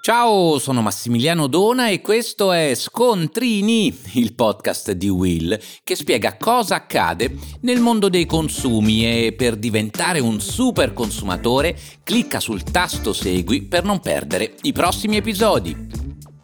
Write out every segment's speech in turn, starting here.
Ciao, sono Massimiliano Dona e questo è Scontrini, il podcast di Will che spiega cosa accade nel mondo dei consumi e per diventare un super consumatore clicca sul tasto segui per non perdere i prossimi episodi.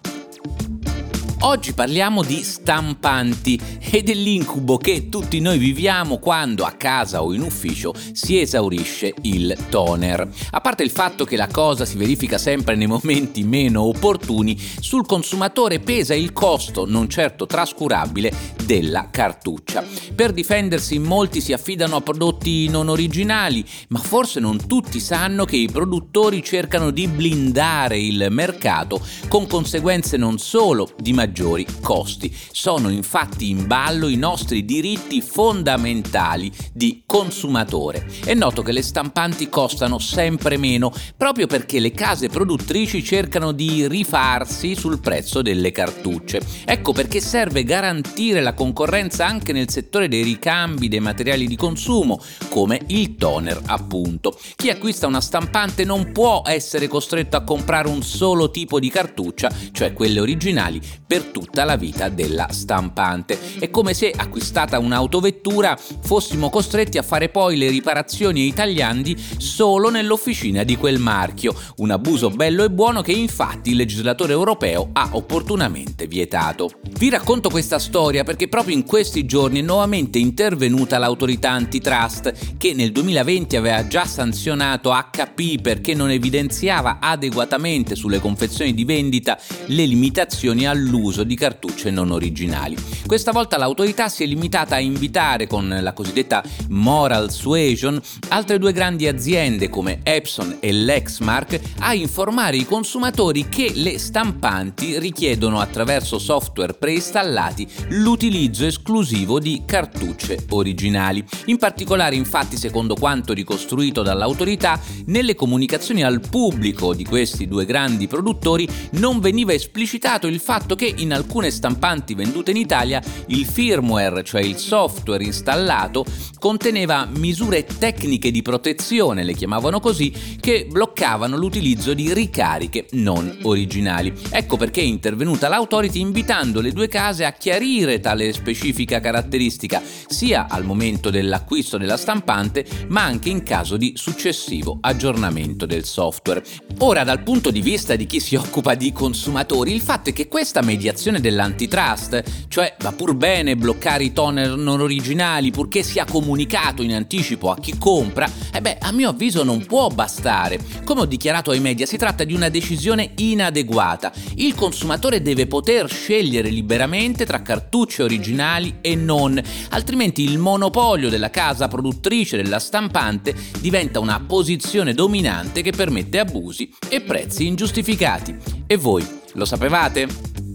Oggi parliamo di stampanti e dell'incubo che tutti noi viviamo quando a casa o in ufficio si esaurisce il toner. A parte il fatto che la cosa si verifica sempre nei momenti meno opportuni, sul consumatore pesa il costo, non certo trascurabile, della cartuccia. Per difendersi molti si affidano a prodotti non originali, ma forse non tutti sanno che i produttori cercano di blindare il mercato con conseguenze non solo di maggiori costi. Sono infatti in ballo i nostri diritti fondamentali di consumatore. È noto che le stampanti costano sempre meno proprio perché le case produttrici cercano di rifarsi sul prezzo delle cartucce. Ecco perché serve garantire la concorrenza anche nel settore dei ricambi dei materiali di consumo, come il toner appunto. Chi acquista una stampante non può essere costretto a comprare un solo tipo di cartuccia, cioè quelle originali, per tutta la vita della stampante. È come se, acquistata un'autovettura, fossimo costretti a fare poi le riparazioni ai tagliandi solo nell'officina di quel marchio, un abuso bello e buono che infatti il legislatore europeo ha opportunamente vietato. Vi racconto questa storia perché proprio in questi giorni è nuovamente intervenuta l'autorità antitrust che nel 2020 aveva già sanzionato HP perché non evidenziava adeguatamente sulle confezioni di vendita le limitazioni all'uso di cartucce non originali. Questa volta l'autorità si è limitata a invitare con la cosiddetta moral suasion altre due grandi aziende come Epson e Lexmark a informare i consumatori che le stampanti richiedono attraverso software preinstallati l'utilizzo esclusivo di cartucce originali. In particolare, infatti, secondo quanto ricostruito dall'autorità, nelle comunicazioni al pubblico di questi due grandi produttori non veniva esplicitato il fatto che in alcune stampanti vendute in Italia il firmware, cioè il software installato, conteneva misure tecniche di protezione, le chiamavano così, che bloccavano l'utilizzo di ricariche non originali. Ecco perché è intervenuta l'autority invitando le due case a chiarire tale specifica caratteristica sia al momento dell'acquisto della stampante ma anche in caso di successivo aggiornamento del software. Ora, dal punto di vista di chi si occupa di consumatori, il fatto è che questa mediazione dell'antitrust, cioè va pur bene bloccare i toner non originali purché sia comunicato in anticipo a chi compra, a mio avviso non può bastare. Come ho dichiarato ai media, si tratta di una decisione inadeguata. Il consumatore deve poter scegliere liberamente tra cartucce originali e non, altrimenti il monopolio della casa produttrice della stampante diventa una posizione dominante che permette abusi e prezzi ingiustificati. E voi lo sapevate?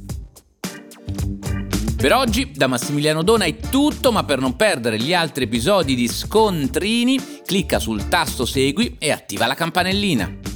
Per oggi da Massimiliano Dona è tutto, ma per non perdere gli altri episodi di Scontrini, clicca sul tasto segui e attiva la campanellina.